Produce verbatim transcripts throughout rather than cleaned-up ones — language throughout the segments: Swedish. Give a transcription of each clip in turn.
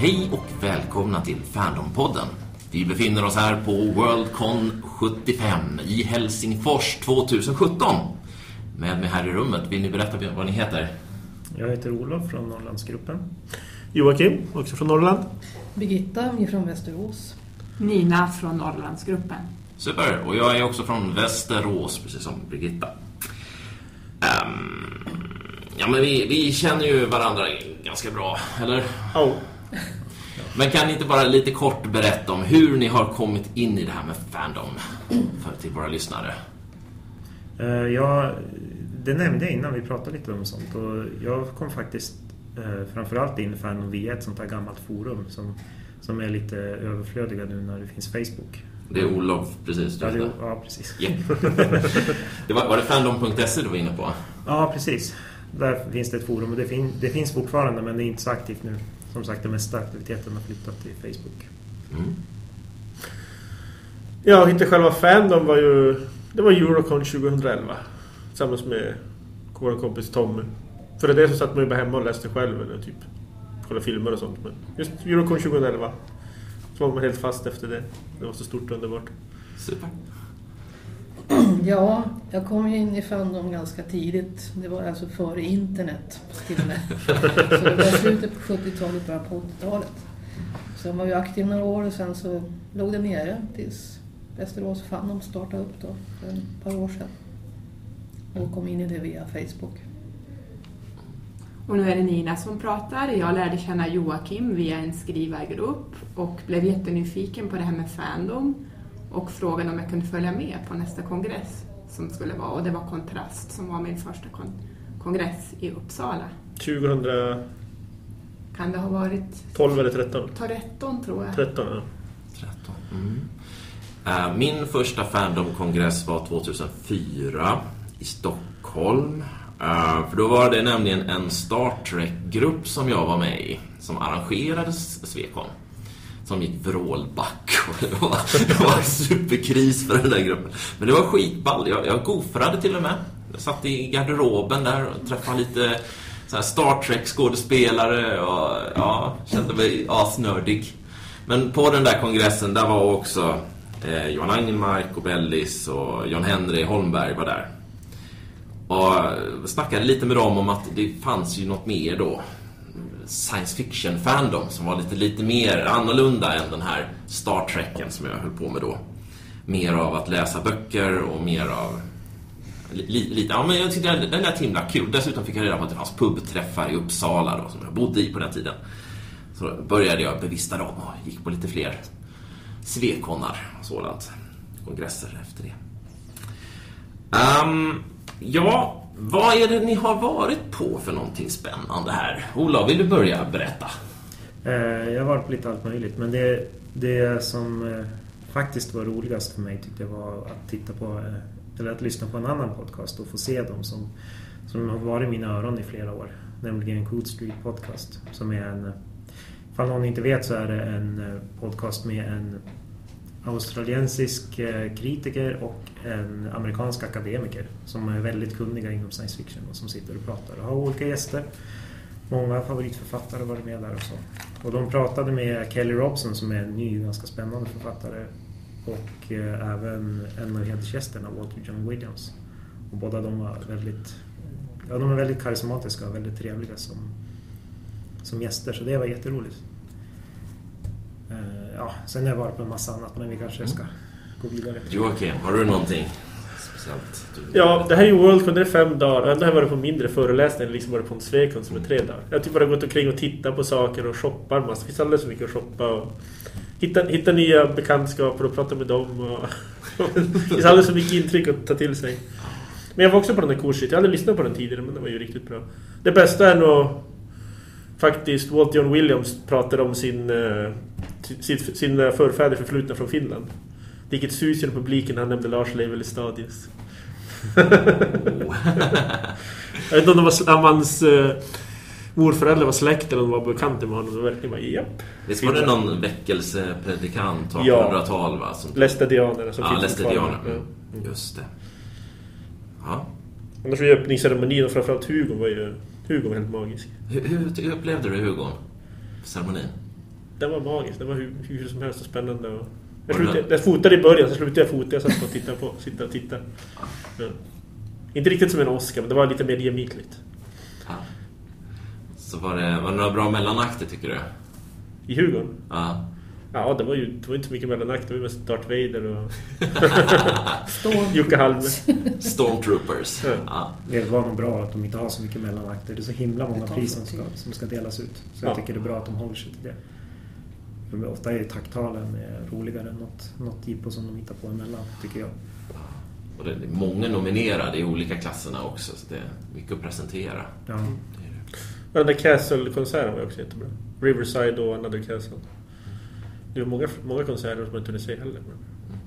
Hej och välkomna till Fandom-podden. Vi befinner oss här på Worldcon sjuttiofem i Helsingfors tjugohundrasjutton. Med mig här i rummet, vill ni berätta vad ni heter? Jag heter Olof från Norrlandsgruppen. Joakim, också från Norrland. Birgitta, från Västerås. Nina från Norrlandsgruppen. Super, och jag är också från Västerås, precis som Birgitta. Um, ja, men vi, vi känner ju varandra ganska bra, eller? Ja. Oh. Men kan ni inte bara lite kort berätta om hur ni har kommit in i det här med fandom för till våra lyssnare? Uh, ja, det nämnde jag innan vi pratade lite om sånt. Och jag kom faktiskt uh, framförallt in i fandom via ett sånt här gammalt forum som, som är lite överflödiga nu när det finns Facebook. Det är Olof, precis. Ja, det, ja, precis. Yeah. det var, var det fandom punkt se du var inne på? Ja, precis. Där finns det ett forum och det, fin- det finns fortfarande, men det är inte så aktivt nu. Som sagt, den mesta aktiviteten har flyttat till Facebook. Mm. Ja, inte själva fandom var ju... Det var Eurocon tjugohundraelva. Tillsammans med vår kompis Tommy. För det så satt man ju bara hemma och läste själv eller typ kolla filmer och sånt. Men just Eurocon tjugohundraelva så var man helt fast efter det. Det var så stort och underbart. Super. Ja, jag kom in i fandom ganska tidigt. Det var alltså före internet till och med. Så det var slutet på sjuttiotalet, början på åttiotalet. Så jag var ju aktiv några år och sen så låg det nere tills Västerås fandom startade upp då för ett par år sedan. Och kom in i det via Facebook. Och nu är det Nina som pratar. Jag lärde känna Joakim via en skrivargrupp och blev jättenyfiken på det här med fandom. Och frågade om jag kunde följa med på nästa kongress som skulle vara. Och det var Kontrast som var min första kon- kongress i Uppsala. tjugohundratolv Kan det ha varit... eller tretton? tretton tror jag. tretton, ja. tretton. Mm. Uh, min första fandom-kongress var tjugohundrafyra i Stockholm. Uh, för då var det nämligen en Star Trek-grupp som jag var med i. Som arrangerade Svekon. Som gick vrålback och det var, det var superkris för den där gruppen. Men det var skitball, jag, jag gofrade till och med. Jag satt i garderoben där och träffade lite så här Star Trek-skådespelare och ja, kände mig asnördig. Men på den där kongressen, där var också eh, Johan Angenmark och Bellis och John Henry Holmberg var där. Och snackade lite med dem om att det fanns ju något mer då. Science fiction fandom som var lite, lite mer annorlunda än den här Star Treken som jag höll på med då. Mer av att läsa böcker och mer av li, lite, ja men jag tyckte den, den där himla kul. Dessutom fick jag reda på att det fanns pubträffar i Uppsala då, som jag bodde i på den tiden. Så började jag bevista dem och gick på lite fler svekonar och sådant. Kongresser efter det. Um, ja... Vad är det ni har varit på för någonting spännande här? Ola, vill du börja berätta? Jag har varit på lite allt möjligt, men det, det som faktiskt var roligast för mig tyckte jag var att titta på, eller att lyssna på en annan podcast och få se dem som, som har varit i mina öron i flera år. Nämligen Coode Street Podcast, som är en, ifall någon inte vet så är det en podcast med en australiensisk kritiker och en amerikansk akademiker som är väldigt kunniga inom science fiction och som sitter och pratar och har olika gäster. Många favoritförfattare var med där och så. Och de pratade med Kelly Robson som är en ny, ganska spännande författare och eh, även en av hedersgästerna, Walter John Williams. Och båda de var väldigt, ja, de är väldigt karismatiska och väldigt trevliga som, som gäster, så det var jätteroligt. Ja, sen har jag varit på en massa annat, men vi kanske ska gå vidare. Joakim, har du någonting speciellt? Ja, det här är ju Worldcon, det är fem dagar. Ändå har jag varit på mindre föreläsningar, liksom varit på en Svekon som är tre dagar. Jag har typ bara gått omkring och tittat på saker och shoppar. Det finns alldeles så mycket att shoppa och hitta, hitta nya bekantskaper och prata med dem. Och det finns alldeles så mycket intryck att ta till sig. Men jag var också på den här kursen. Jag hade lyssnat på den tidigare, men det var ju riktigt bra. Det bästa är nog faktiskt Walter John Williams pratade om sin, sin, sin förfäder förflutna från Finland. Det gick ett sus i publiken, han nämnde Lars Leiveli-Stadius. Oh. Jag vet inte om, var, om hans uh, morföräldrar var släkt eller om de var bekanta med honom. Så verkligen bara, japp. Visst var det någon väckelsepredikant ja. artonhundratal va? Lästadianerna som ja, finns Lästadianerna. Mm. Just det. Ja. Annars var ju öppningsceremonin och framförallt Hugo var ju Hugo var helt magisk. Hur, hur upplevde du Hugo? Ceremonin? Den var magisk. Den var hur, hur som helst så spännande. Och jag, slutade, jag fotade i början, så slutade jag fota. Jag satt och tittade på, sitta och titta. Ja. Inte riktigt som en Oscar, men det var lite mer gemytligt. Ja. Så var det, var det några bra mellanakter, tycker du? I Hugon? Ja. Ja, det var ju det var inte så mycket mellanakter. Det var mest Darth Vader och Jocke Halme. Stormtroopers. Ja. Ja. Det var nog bra att de inte har så mycket mellanakter. Det är så himla många priser som ska, som ska delas ut. Så jag ja. tycker det är bra att de håller sig till det. För ofta är ju takttalen roligare än något, något jippo som de hittar på emellan, tycker jag. Och det är många nominerade i olika klasserna också, så det är mycket att presentera. Ja. Det är det. Den där Castle-konserten var också jättebra. Riverside och Another Castle. Det är många, många konserter som man inte kunde se heller. Men...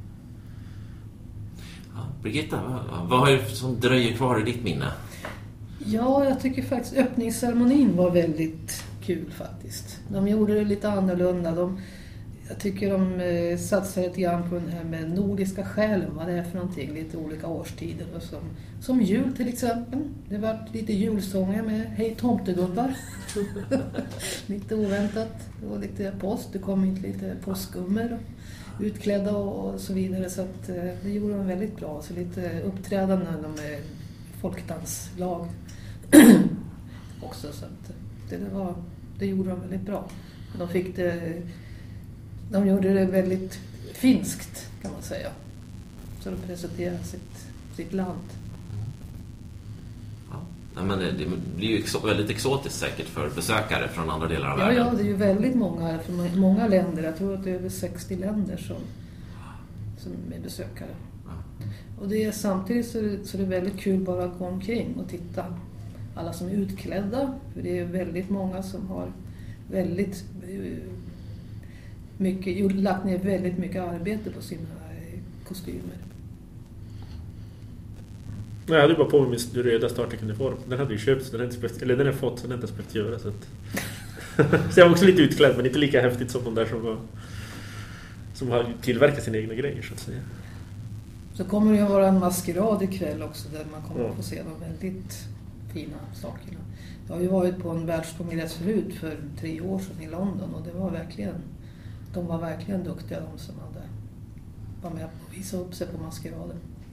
Ja, Birgitta, vad, vad har du som dröjer kvar i ditt minne? Ja, jag tycker faktiskt öppningsceremonin var väldigt kul faktiskt. De gjorde det lite annorlunda. De, jag tycker de eh, satsade lite grann på den här med nordiska själen. Vad det är för någonting, lite olika årstider. Och som, som jul till exempel. Det var lite julsånger med Hej tomtegubbar. Lite oväntat. Det var lite post. Det kom inte lite påskummer utklädda och, och så vidare. Så att, eh, det gjorde de väldigt bra. Så lite uppträdande med folkdanslag också. Så att det, det, var, det gjorde de väldigt bra. De fick det... De gjorde det väldigt finskt, kan man säga. Så de presenterade sitt, sitt land. Ja, men det, det blir ju exo- väldigt exotiskt säkert för besökare från andra delar av ja, världen. Ja, det är ju väldigt många från många länder. Jag tror att det är över sextio länder som, som är besökare. Ja. Och det är samtidigt så, det, så det är väldigt kul bara att gå omkring och titta. Alla som är utklädda. För det är väldigt många som har väldigt... Mycket, lagt ner väldigt mycket arbete på sina kostymer. Jag hade ju bara på mig min röda Star-Trek-uniform. Den hade ju köpt, den hade inte spekt, eller den har fått, så den hade inte spekt göra. Så, att så jag var också lite utklädd, men inte lika häftigt som de där som, var, som har tillverkat sina egna grejer, så att säga. Så kommer det ju vara en maskerad ikväll också, där man kommer mm. att få se de väldigt fina sakerna. Jag har ju varit på en världskongress förut för tre år sedan i London, och det var verkligen... De var verkligen duktiga, de som hade var med och visade upp sig på maskeraden.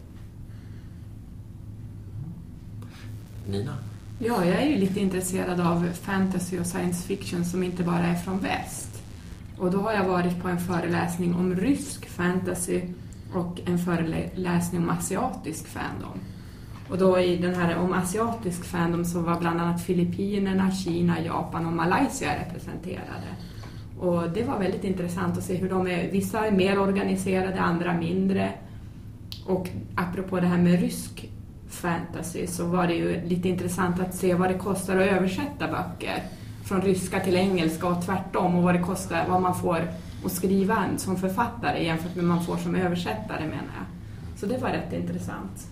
Nina? Ja, jag är ju lite intresserad av fantasy och science fiction som inte bara är från väst. Och då har jag varit på en föreläsning om rysk fantasy och en föreläsning om asiatisk fandom. Och då i den här om asiatisk fandom så var bland annat Filippinerna, Kina, Japan och Malaysia representerade. Och det var väldigt intressant att se hur de är, vissa är mer organiserade, andra mindre. Och apropå det här med rysk fantasy så var det ju lite intressant att se vad det kostar att översätta böcker från ryska till engelska och tvärtom, och vad det kostar, vad man får att skriva en som författare jämfört med vad man får som översättare, menar jag. Så det var rätt intressant.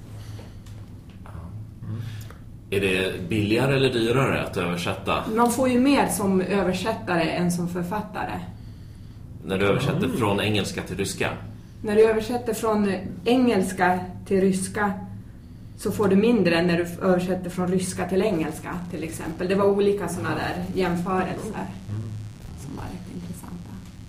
Är det billigare eller dyrare att översätta? Man får ju mer som översättare än som författare. När du översätter mm. från engelska till ryska? När du översätter från engelska till ryska så får du mindre än när du översätter från ryska till engelska till exempel. Det var olika sådana där jämförelser som var rätt intressanta.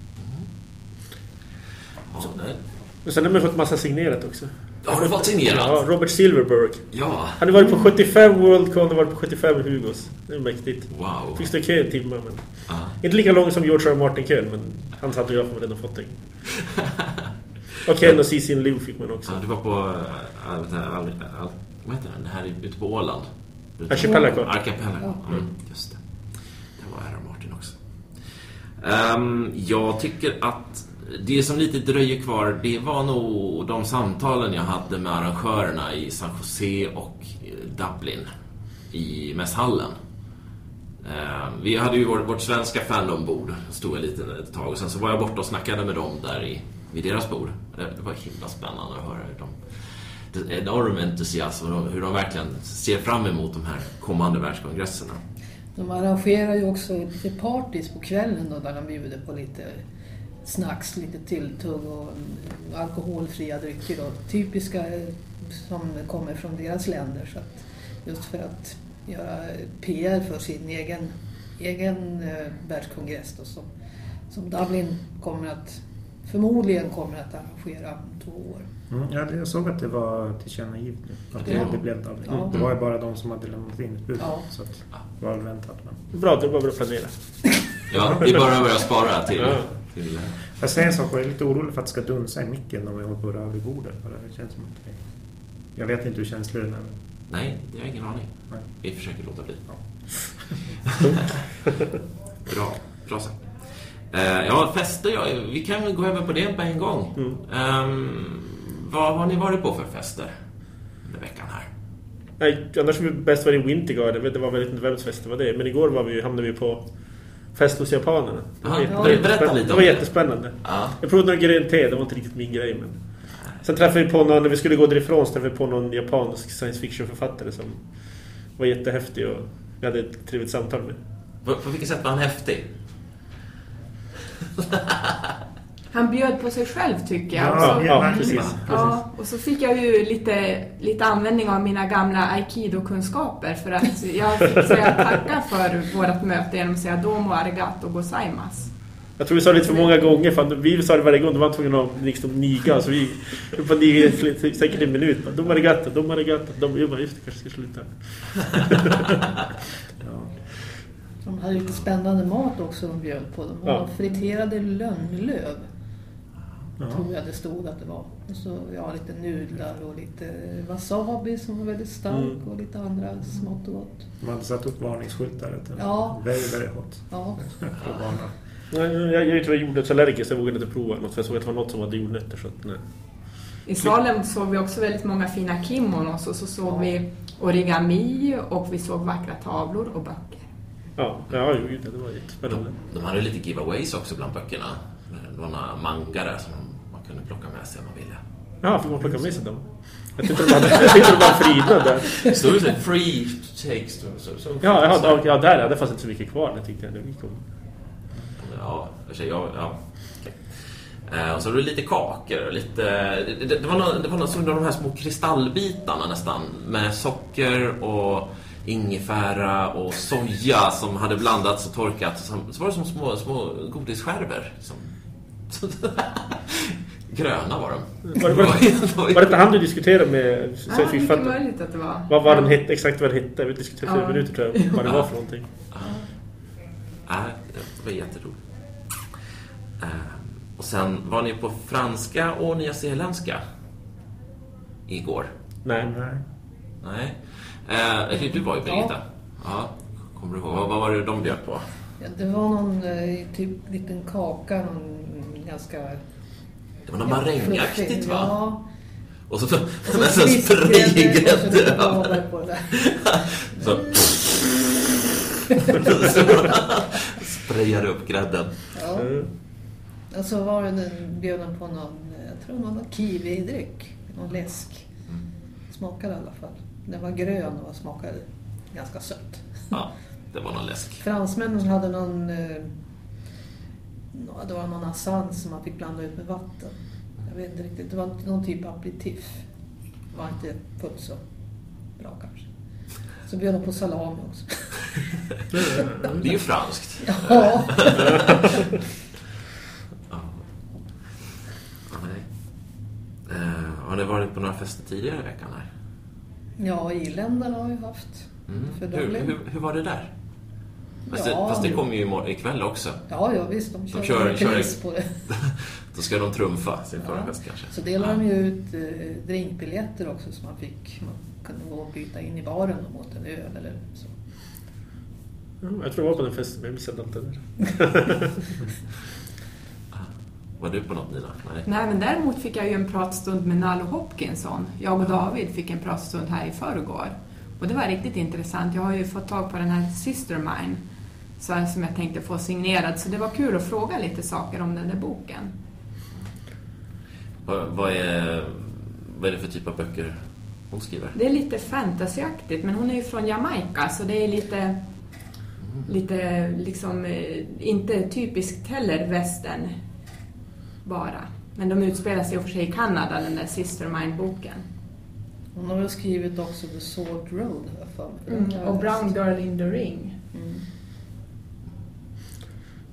Ja, det... Och sen har man fått massa signerat också. Har du fått signerat? Ja, Robert Silverberg. Ja. Han har varit på sjuttiofem Worldcon och varit på sjuttiofem Hugos. Det är mäktigt. Wow. Fick stå i kö en timme, men... Ah. Inte lika lång som George R. Martin-kön, men hans autograf har redan fått en. Och Ken och Cecil Liu fick man också. Ja, du var på... Äh, äh, äh, äh, vad heter den? Det här ute på Åland. Archipelago. Archipelago, mm, just det. Det var R. Martin också. Um, jag tycker att det som lite dröjer kvar, det var nog de samtalen jag hade med arrangörerna i San Jose och Dublin i mässhallen. Uh, vi hade ju vårt, vårt svenska fandombord, stod jag lite ett tag, och sen så var jag borta och snackade med dem där i, vid deras bord. Det, det var himla spännande att höra hur de enorm entusiasm och hur de verkligen ser fram emot de här kommande världskongresserna. De arrangerar ju också lite partys på kvällen då, där de bjuder på lite snacks, lite tilltugg och alkoholfria drycker då, typiska som kommer från deras länder, så att just för att göra P R för sin egen, egen eh, världskongress då, så, som Dublin kommer att förmodligen kommer att arrangera om två år. Mm, ja, jag såg att det var tillkännagivet nu. Att det, Ja. det blev Dublin. Ja. Det var ju bara de som hade lämnat in ett bud. Ja. Så att det var väntat. Men... Bra, det var bra att planera. Ja, vi bara börjar spara till... Ja. till Jag säger en sak, jag är lite orolig för att det ska dunsa i micken om vi håller på att röra vid bordet. Det känns som att det... Jag vet inte hur känslig den är. nej, jag har ingen aning. Nej. Vi försöker låta bli. Bra, bra sagt. Uh, ja, fester, ja, vi kan väl gå över på det på en gång. Mm. Um, vad har ni varit på för fester under veckan här? Nej, annars var vi bäst var i Wintergarden. Det var väldigt inte vems fest det var det. Men igår var vi, hamnade vi på fest hos japanerna. Det var, Aha, jätte, berätta lite om det var det. jättespännande. Ja. Jag provade någon grön te, det var inte riktigt min grej. Men... Sen träffade vi på någon, när vi skulle gå därifrån så träffade vi på någon japansk science fiction-författare som var jättehäftig och vi hade ett trevligt samtal med. På, på vilket sätt var han häftig? Han bjöd på sig själv tycker jag. Ja, Och så, ja, ja, precis. precis. ja, och så fick jag ju lite, lite användning av mina gamla aikido-kunskaper för att jag fick säga tacka för vårt möte genom att säga domo arigato gozaimasu. Jag tror vi sa det lite för många gånger, för vi sa det varje gång, de var tvungna att liksom niga, så vi på niga säkert en minut. De var regatta, de var regatta, de jobbar just det, kanske ska sluta. Ja. De hade lite spännande mat också de bjöd på. De Ja. har friterade lönnlöv. Ja. Tror jag det stod att det var. Och så ja, lite nudlar och lite wasabi som var väldigt stark Mm. och lite andra smått och gott. De hade satt upp varningsskyltar. Att Ja. Very, very hot. Ja, För att varna. Jag, jag, jag tror jag gjorde ett allergisk, så jag vågade inte prova något, för jag såg att det var något som hade jordnötter. Så att, nej. I Salem såg vi också väldigt många fina kimonos och så såg vi origami och vi såg vackra tavlor och böcker. Ja, ja, jo, det var jättespännande. De hade lite giveaways också bland böckerna. Det var några manga där som man kunde plocka med sig om man ville. Ja, fick man plocka med sig dem? Jag tyckte de hade, jag tyckte de var Frida där. Det stod ju så free takes to... Så, så, Ja, ja, ja, ja, där, det fanns inte så mycket kvar, det tyckte jag. Det gick om. Ja, ja, ja, ja. Okay. Eh, och så var det lite kakor och lite... Det, det, det var någon, det var någon som de här små kristallbitarna nästan. Med socker och ingefära och soja som hade blandats och torkat. Så, så var det som små, små godisskärvor. Liksom. Gröna var de. Var det, var, var det inte han du diskuterade med? Så Ja, jag fick mycket fatta. möjligt att det var. Vad var den hette, exakt vad den hette? Vi diskuterade flera Ja. minuter tror jag, vad det var för någonting. Ja, det var jätteroligt. Eh, och sen var ni på franska och nyzeeländska igår. Nej. Nej. Nej. Eh, du var ju Birgitta. Ja. Kommer du ihåg? Vad, vad var det de bjöd på? ja, det var någon eh, typ liten kaka, någon ganska... Det var något marängaktigt va? Ja. Och så, Och så nästan fiskgrädde spraygrädde. och så lite blåbär på det där. Så sprayade upp grädden. Ja. Mm. Och så var det en bjöden på någon, jag tror någon kiwi-dryck, någon läsk. Smakade i alla fall. Den var grön och smakade ganska sött. Ja, det var någon läsk. Fransmännen hade någon, eh, nå- det var någon assans som man fick blanda ut med vatten. Jag vet inte riktigt, det var någon typ av aperitif. Det var inte fullt så bra kanske. Så bjöd de på salami också. Det är ju franskt. Ja, Ja. Ja, nej. Eh, har ni varit på några fester tidigare i veckan här? ja irländarna har ju haft. Mm. För Hur, Dublin. hur, hur var det där? Fast, Ja. det, fast det kommer ju imorgon- ikväll också. Ja, ja visst, de kör, De kör- en kör- repris på det. Då ska de trumfa sin förra Ja. fest kanske. Så delar de ju ut eh, drinkbiljetter också så man fick, man kunde gå och byta in i baren och mot en öl eller så. Ja, jag tror jag var på den festen, men jag missade allt det där. Var du på något, Nina? Nej. Nej, men däremot fick jag ju en pratstund med Nalo Hopkinson. Jag och David fick en pratstund här i förrgår. Och det var riktigt intressant. Jag har ju fått tag på den här Sister Mine så här, som jag tänkte få signerad. Så det var kul att fråga lite saker om den där boken. Vad, vad, är, vad är det för typ av böcker hon skriver? Det är lite fantasyaktigt, men hon är ju från Jamaica så det är lite, lite liksom, eh, inte typiskt heller västern bara. Men de utspelar sig i och för sig i Kanada, den där Sister Mine-boken. Hon har väl skrivit också The Sword Road har jag för mig. Mm. Den har Och jag Brown läst. Girl in the Ring. Mm.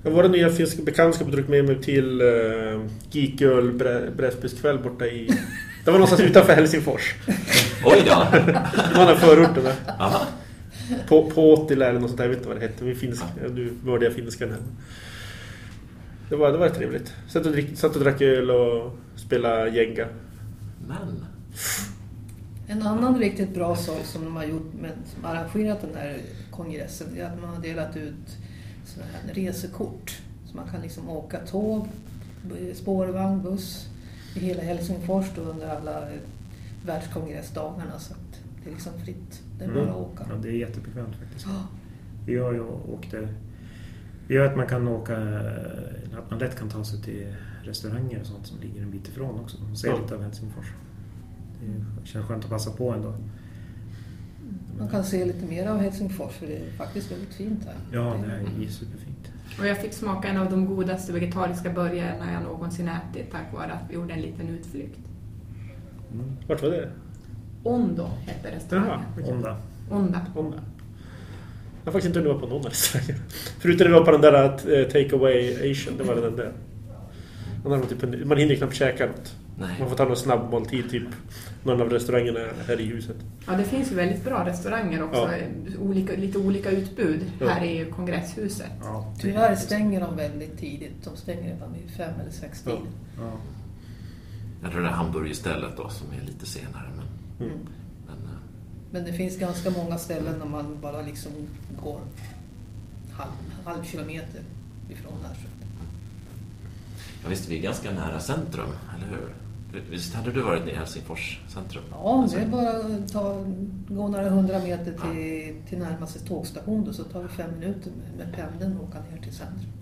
Jag var den nya finska bekantskap drog med mig till uh, Geeköl brädspelskväll borta i... Det var någonstans utanför Helsingfors. Oj då! Någon av förorten där. Aha. På, på Åtila eller något sånt där, jag vet inte vad det hette. Vi finska, nu var jag finskan här. Det var, det var trevligt. Satt och, drick, satt och drack öl och spelade Jenga. Men... En annan riktigt bra sak som de har gjort med, som arrangerat den här kongressen, är att man har delat ut såna här resekort. Så man kan liksom åka tåg, spårvagn, buss i hela Helsingfors då under alla världskongressdagarna, så att det är liksom fritt. Det är bara att åka. Ja, det är jättebekvämt faktiskt. Ja. Vi har ju åkt... Vi gör att man kan åka... Att man lätt kan ta sig till restauranger och sånt som ligger en bit ifrån också. Man ser Ja. lite av Helsingfors. Det känns skönt att passa på ändå. Man kan se lite mer av Helsingfors, för det är faktiskt väldigt fint här. Ja, det är superfint. Och jag fick smaka en av de godaste vegetariska burgarna jag någonsin ätit tack vare att vi gjorde en liten utflykt. Mm. Vart var det? Ondo hette restaurangen. Jaha. Onda. Onda. Onda. Jag har faktiskt inte hunnit på någon restaurang. Förutom det var på den där uh, Take Away Asian, det var den där. Man, typ, man hinner knappt käka något. Nej. Man får ta någon snabb måltid, typ någon av restaurangerna här i huset. Ja, det finns ju väldigt bra restauranger också. Ja. Olika, lite olika utbud Ja. här i kongresshuset. Ja, Tyvärr stänger de väldigt tidigt. De stänger redan vid fem eller sex Ja. tid. Ja. Jag tror det är hamburgerstället då som är lite senare. Men, Mm. men, eh, Men det finns ganska många ställen där man bara liksom går halv, halv kilometer ifrån här. Så. ja, visst, vi är ganska nära centrum, eller hur? Visst hade du varit i Helsingfors centrum? Ja, det är bara att ta, gå några hundra meter till, till närmaste tågstation då, så tar vi fem minuter med, med pendeln och åka ner till centrum.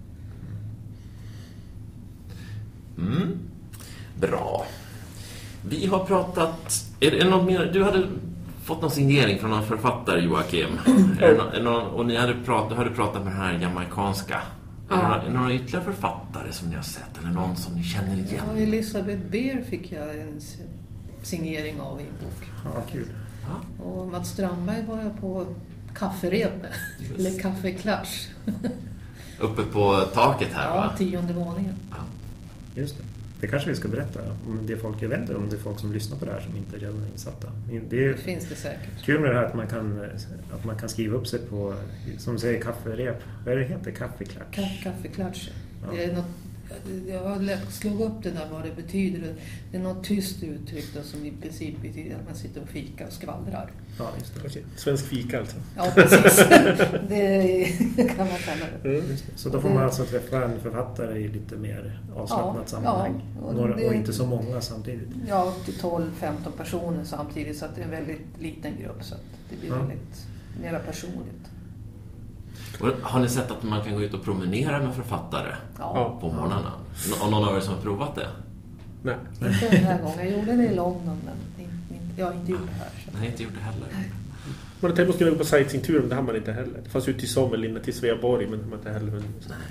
Mm. Bra. Vi har pratat... Är det något mer? Du hade fått någon signering från någon författare, Joakim. Är det någon, är det någon, och ni hade pratat, du hade pratat med den här jamaikanska. Är det Ja. några, är det några ytterligare författare som ni har sett? Eller någon som ni känner igen? Ja, Elisabeth Beer fick jag en signering av i en bok. Ja, kul. Ja. Och Mats Strandberg var jag på kafferep med. Just. Eller kaffeklatsch. Uppe på taket här, Ja, va? tionde våningen. Ja. Just det. Det kanske vi ska berätta om det folk, jag vet inte om det är folk som lyssnar på det här som inte redan är insatta. Det är Det finns det säkert. kul med det här att man kan, att man kan skriva upp sig på, som du säger, kafferep. Vad är det heter? Kaffeklatsch? Ka- Kaffeklatsch. Ja. Det är något, jag har lätt slog upp det där vad det betyder. Det är något tyst uttryck då, som i princip betyder att man sitter och fikar och skvallrar. Ja, just det. Okej. Svensk fika alltså. Ja, precis. Det kan man kalla det. Mm. Just det. Så då får man alltså träffa en författare i lite mer avslappnat Ja, sammanhang. ja, och, och Några, det- och inte så många samtidigt. Ja, upp till tolv femton personer samtidigt, så att det är en väldigt liten grupp, så att det blir Ja. väldigt mera personligt. Och har ni sett att man kan gå ut och promenera med författare Ja, på morgnarna? Nå- Och någon av er som har provat det? Nej. inte den här gången. Jag gjorde det i London, men inte, inte, jag har inte gjort det här. Så. Nej, inte gjort det heller. Man hade tänkt att man skulle gå på sightseeingtur, men det har man inte heller. Det fanns ut till Sommerlinne, till Sveaborg, men det har man inte heller. Men...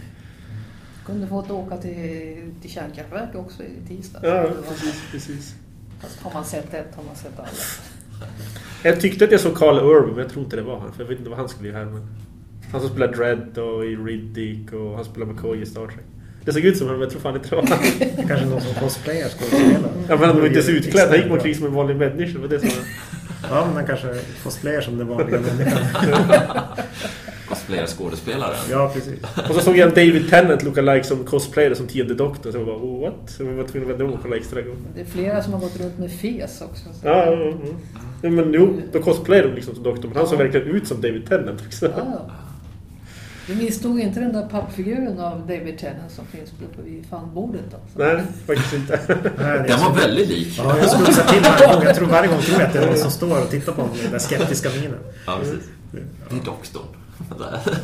Kunde fått åka till, till kärnkraftverk också i tisdag. Ja, Det var- precis, precis. Fast har man sett ett har man sett alla. Jag tyckte att jag såg Carl Urban, men jag tror inte det var han. För jag vet inte vad han skulle göra här. Men... Han som spelar Dredd och i Riddick och han spelar McCoy i Star Trek. Det såg ut som honom, men jag tror fan inte det var han. Kanske någon som cosplayar skådespelare. Ja, men han var inte så utklädd. Han gick omkring som en vanlig människa. Det var det som var... Ja, men han kanske cosplayar som den vanliga människan. Cosplayar skådespelaren. Ja, precis. Och så såg jag en David Tennant lookalike som cosplayade som tionde doktorn. Så jag bara, oh, what? Så jag var tvungen att vända om och kolla extra gång. Det är flera som har gått runt med fes också. Så. Ja, ja, ja. Ja, men jo, då cosplayade de liksom som doktorn. Men han såg verkligen ut som David Tennant också. Ja, ja. Du misstog inte den där pappfiguren av David Tennant som finns uppe vid fanbordet då? Så. Nej, faktiskt inte. Nej, det är Den så- var väldigt lik. Ja, jag skulle säga till varje gång. Jag tror varje gång tror jag att det är någon som står och tittar på honom med den där skeptiska minen. Ja, precis. Det är doktorn. Det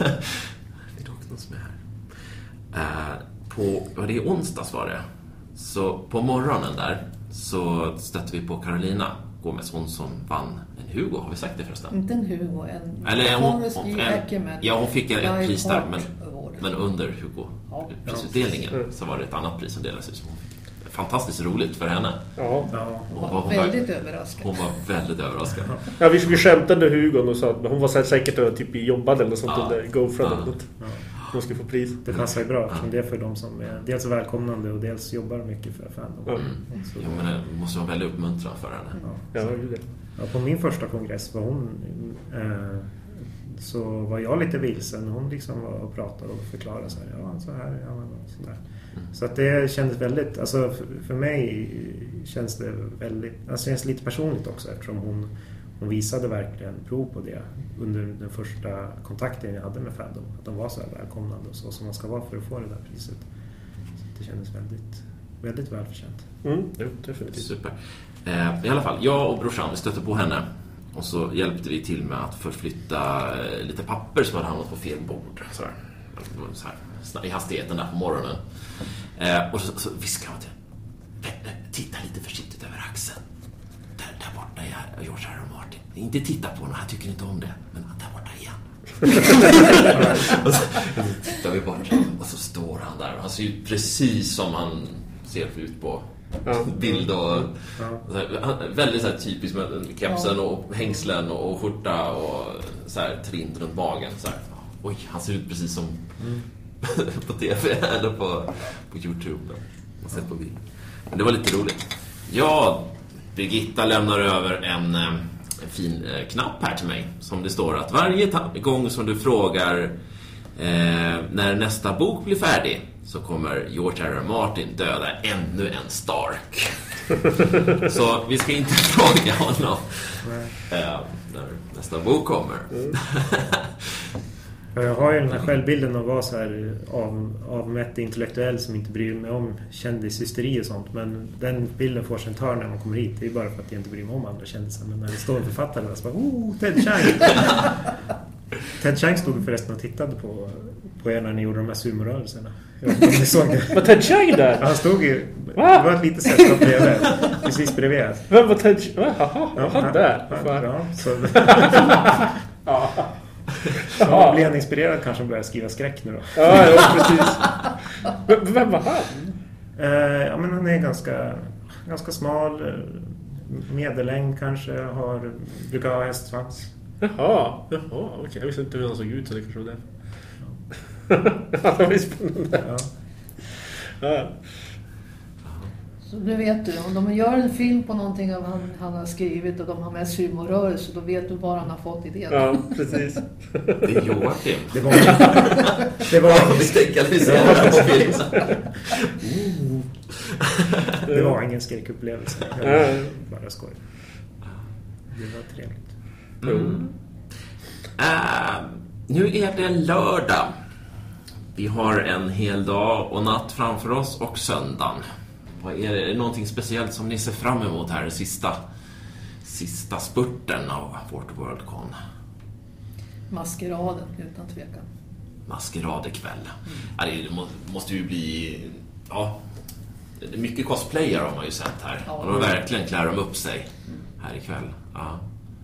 är doktorn som är här. Eh, På, vad det är onsdags var det. Så på morgonen där så stötte vi på Carolina Gomez, hon som vann en Hugo, har vi sagt det förresten? Inte en Hugo, en Eller hon, Horace hon, G. en, Ackerman. ja, hon fick ett Live pris där, Art men, Award. men under Hugo Ja. prisutdelningen Ja. så var det ett annat pris som delades ut som hon fick. Fantastiskt roligt för henne. Ja. Ja. Hon Var var, hon var, väldigt överraskad. hon var väldigt överraskad. Ja, vi, vi skämtade Hugo och sa att hon var så här säkert typ i jobbad eller något sånt Ja. under GoFront eller Ja. något. Ja. De ska få pris. Det passar ju bra eftersom det är för de som är dels välkomnande och dels jobbar mycket för fandom. Mm. Så, jo, men det måste vara väldigt uppmuntrande för henne. Ja, Ja, så, det. ja, på min första kongress var hon eh, så var jag lite vilsen. Hon liksom var och pratade och förklarade så här, ja så här, ja men så där. Mm. Så att det kändes väldigt, alltså för, för mig känns det väldigt, alltså det känns lite personligt också eftersom hon Hon visade verkligen prov på det under den första kontakten jag hade med fandom. Att de var så här välkomnande och så som man ska vara för att få det där priset. Så det kändes väldigt, väldigt välförtjänt. Mm, ja, definitivt. Super. Eh, I alla fall, jag och brorsan, vi stötte på henne. Och så hjälpte vi till med att förflytta eh, lite papper som hade hamnat på fel bord. Så här, så här, i hastigheten där på morgonen. Eh, och så, så viskade jag till titta lite försiktigt över axeln. Där, där borta är George R. R. Martin. Inte titta på honom, han tycker inte om det. Men där borta igen. Och så tittar vi bort och så står han där. Han ser ut precis som han ser ut på ja. bild. Och, ja. så här, väldigt så här, typiskt med kepsen och hängslen och, och skjorta och så här, trint runt magen. Så här. Oj, han ser ut precis som mm. på tv eller på, på YouTube. Man sett på bild. Men det var lite roligt. Ja, Birgitta lämnar över en, en fin knapp här till mig. Som det står att varje ta- gång som du frågar eh, när nästa bok blir färdig så kommer George R. R. Martin döda ännu en Stark. Så vi ska inte fråga honom eh, när nästa bok kommer. Mm. Jag har ju den här självbilden av att vara så här av, avmätt intellektuell som inte bryr mig om kändishysteri och sånt. Men den bilden får sig en törn när man kommer hit. Det är bara för att jag inte bryr mig om andra kändisar. Men när det står en författare där så bara, oh, Ted Chiang! Ted Chiang stod förresten och tittade på, på er när ni gjorde de här sumorörelserna. Jag vet inte om ni såg det. Var Ted Chiang där? Ja, han stod ju... Va? Det var ett litet sällskap bredvid. Precis bredvid. Vem var Ted Chiang? Jaha, ja, han där? Ja, ja, så... ja. Ja, blev han inspirerad kanske att börja skriva skräck nu då. Ja, ja precis. V- vem var han? Uh, ja, men han är ganska, ganska smal, medellängd kanske, har, brukar ha hästsvans. Jaha, jaha, okej. Okay. Jag visste inte hur han såg ut så det kanske var det. Ja, det var spännande. Ja. Ja. Så nu vet du, om de gör en film på någonting av han, han har skrivit och de har med humorrörelse, då vet du var han har fått idén. Ja, precis. Det är Joakim. Det var det var vi stänkade vi ser på film. Det var ingen skräckupplevelse. Jag bara skoj. Det var trevligt. Mm. Uh, nu är det lördag. Vi har en hel dag och natt framför oss och söndagen. Vad är det? Är det någonting speciellt som ni ser fram emot här, sista, sista spurten av vårt WorldCon? Maskeraden, utan tvekan. Maskerad ikväll. Mm. Ja, det måste ju bli... Ja, mycket cosplayer har man ju sett här. Ja. Och de verkligen klär de upp sig här ikväll. Ja.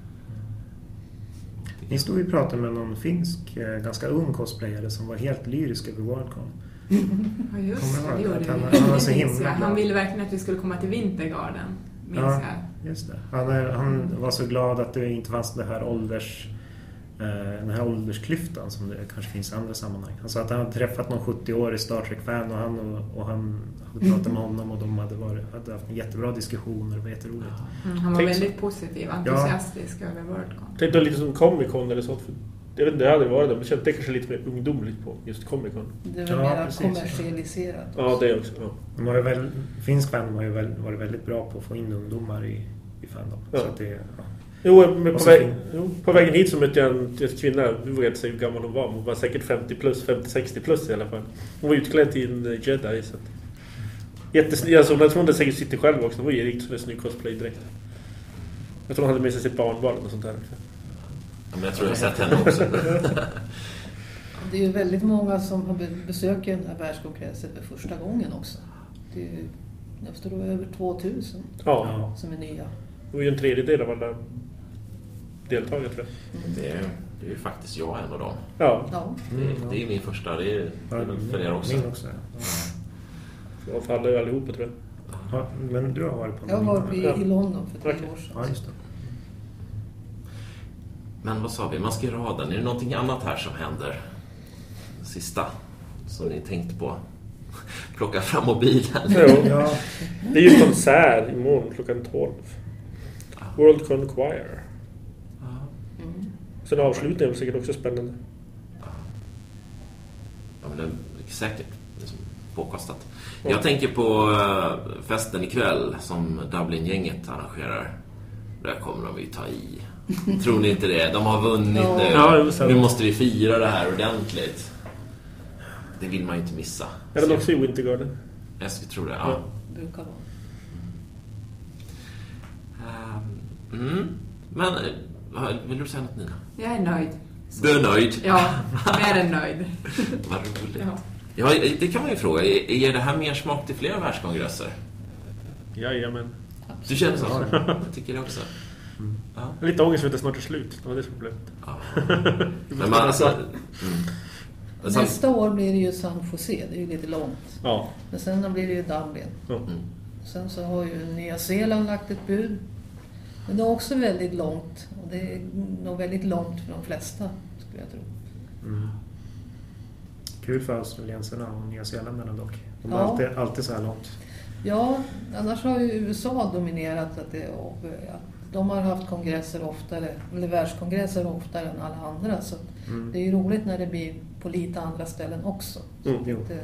Ni stod ju och pratade med någon finsk, ganska ung cosplayare som var helt lyrisk över WorldCon. Ja, just det, det gjorde han, vi. han, var så himla han ville verkligen att vi skulle komma till Vintergarden, minns ja, jag. Just det. Han, är, han var så glad att det inte fanns det här ålders, eh, den här åldersklyftan som det kanske finns i andra sammanhang. Han sa att han hade träffat någon sjuttio-årig Star Trek-fan och han, och, och han hade pratat med honom och de hade, varit, hade haft en jättebra diskussion och det var jätteroligt. Mm, han var Tänk väldigt så. positiv, entusiastisk ja. över WorldCon. Tänk då lite som Comic-Con eller sånt. För jag vet inte, det hade varit det, men jag tänkte kanske lite mer ungdomligt på just Comic-Con. Det var ja, mer precis. kommersialiserat. Ja, det också. Ja. De har ju väl, finsk fan har ju väl, varit väldigt bra på att få in ungdomar i, i fandom. Ja. Så att det, ja. Jo, men på, väg, fin... jo, på vägen hit så mötte jag en, en kvinna, vi vågade inte säga hur gammal hon var, hon var säkert femtio plus, femtio sextio plus i alla fall. Hon var utklädd till en Jedi. Så att... Jättesnygg, alltså, jag tror hon hade säkert sitter själv också, hon var ju riktigt en snygg cosplay direkt. Jag tror hon hade med sig sitt barnbarn och sånt där. Ja, men jag tror jag har sett henne också. Det är ju väldigt många som har besökt den här världskongressen för första gången också. Det är ju nästan över tvåtusen ja. som är nya. Det var ju en tredjedel av alla deltagare, tror jag. Mm. Det, är, det är ju faktiskt jag en av dem. Ja. ja. Det, det är min första, det är, det är för er också. Min också, ja. Ja, för alla allihopa, tror jag. Ja, men du har varit på Jag var i, ja. i London för tre okay. år sedan. Ja, just det. Men vad sa vi? Maskeraden, är det någonting annat här som händer sista som ni tänkte på? Plocka fram mobilen. Jo. Ja, Det är ju konsert imorgon klockan tolv. World Con Choir. Mm. Sen avslutningen är säkert också spännande. Ja, men det är säkert liksom påkostat. Jag tänker på uh, festen ikväll som Dublin-gänget arrangerar. Där kommer de ju ta i. Tror ni inte det? De har vunnit Ja. nu. Ja, det är sant. Nu måste vi fira det här ordentligt. Det vill man ju inte missa. Är den också i Winter Garden? Jag skulle tro det, ja. Brukar vara. Um, mm. Men uh, vill du säga något, Nina? Jag är nöjd. Du är nöjd? Ja, mer än nöjd. Vad roligt. Ja. Ja, det kan man ju fråga. Ger det här mer smak till fler världskongresser? Jajamän. Du känner så? Jag tycker det också. Ja. Jag har lite ångest för att det snart är slut. Det var det som blev. Ja. Men man, alltså, mm. Alltså, Nästa år blir det ju San Jose, det är ju lite långt. Ja. Men sen blir det ju Dublin. mm. Sen så har ju Nya Zeeland lagt ett bud. Men det är också väldigt långt. Och det är nog väldigt långt för de flesta, skulle jag tro. mm. Kul för australienserna och nyzeeländarna dock. De är Ja. alltid, alltid så här långt. Ja, annars har ju U S A dominerat att det, att de har haft kongresser oftare, eller världskongresser oftare än alla andra. Så att Mm. det är ju roligt när det blir på lite andra ställen också. Så Mm. Jo. det,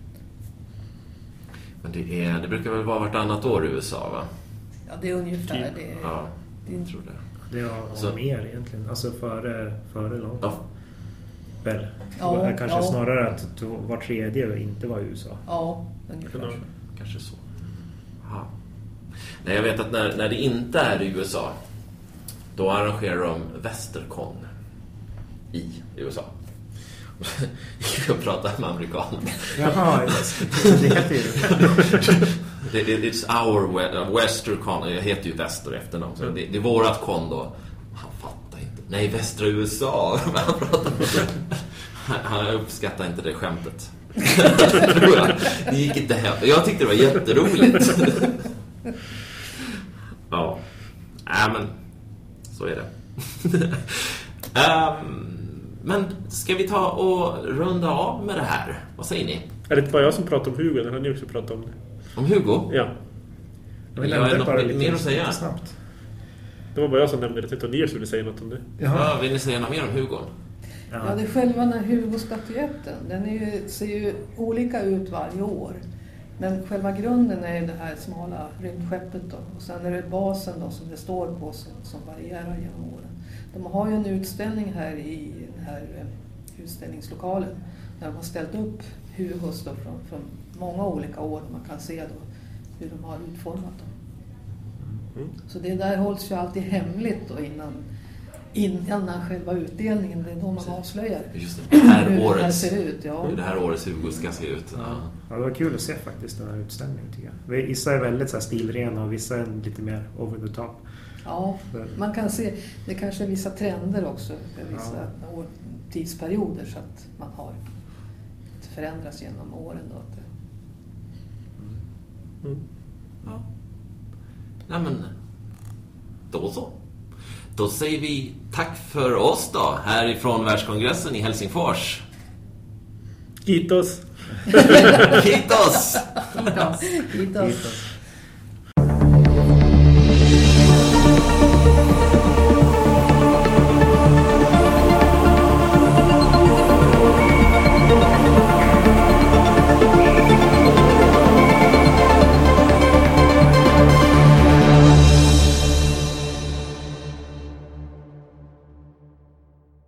Men det, är, det brukar väl vara vartannat år i U S A, va? ja, det är ungefär Typ. det. Ja, det är, jag tror det. Det är Så- mer egentligen. Alltså före, före långt. Ja, Väl. Ja, Det var kanske ja. snarare att var tredje inte var i U S A. ja, ungefär så. kanske så. Ja. Nej, jag vet att när, när det inte är i U S A, då arrangerar de Västerkon i U S A. Jag pratar med amerikaner. Jaha, det heter ju Det- det- It's our we- Westercon. Jag heter ju Väster efternamn. Så det, det är vårat kon då. Han fattar inte. Nej, västra U S A. Han pratar. Han uppskattar inte det skämtet. Tror jag. Det gick inte hem. Jag tyckte det var jätteroligt. Ja. Nej, men så är det. um, men ska vi ta och runda av med det här? Vad säger ni? Är det inte bara jag som pratar om Hugo? Eller har ni också pratat om det? Om Hugo? Ja. Jag vill Jag är nämna något bara mer- lite, mer att säga. lite snabbt. Det var bara jag som nämnde det. Jag tänkte att ni skulle säga något om det. Ja, vill ni säga något mer om Hugo? Ja, Ja. det är själva den här Hugo-statyetten. Den är ju, ser ju olika ut varje år. Men själva grunden är ju det här smala rymdskeppet då. Och sen är det basen då som det står på som, som varierar genom åren. De har ju en utställning här i den här eh, utställningslokalen. Där de har ställt upp Hugos då från, från många olika år. Och man kan se då hur de har utformat dem. Mm. Så det där hålls ju alltid hemligt då innan, innan själva utdelningen. Det är då man avslöjar Just det, det här hur det här årets, ser ut. Ja. hur det här årets Hugo ska se ut. Ja. Ja, det var kul att se faktiskt den här utställningen tycker jag. Vissa är väldigt så här stilrena och vissa är lite mer over the top. Ja, man kan se, det kanske är vissa trender också för vissa år, tidsperioder så att man har det förändras genom åren då. Att det, Mm. Ja. Nej, men då så. Då säger vi tack för oss då, härifrån världskongressen i Helsingfors. Gitos! Hit oss! Hit oss. hit oss. Hit oss.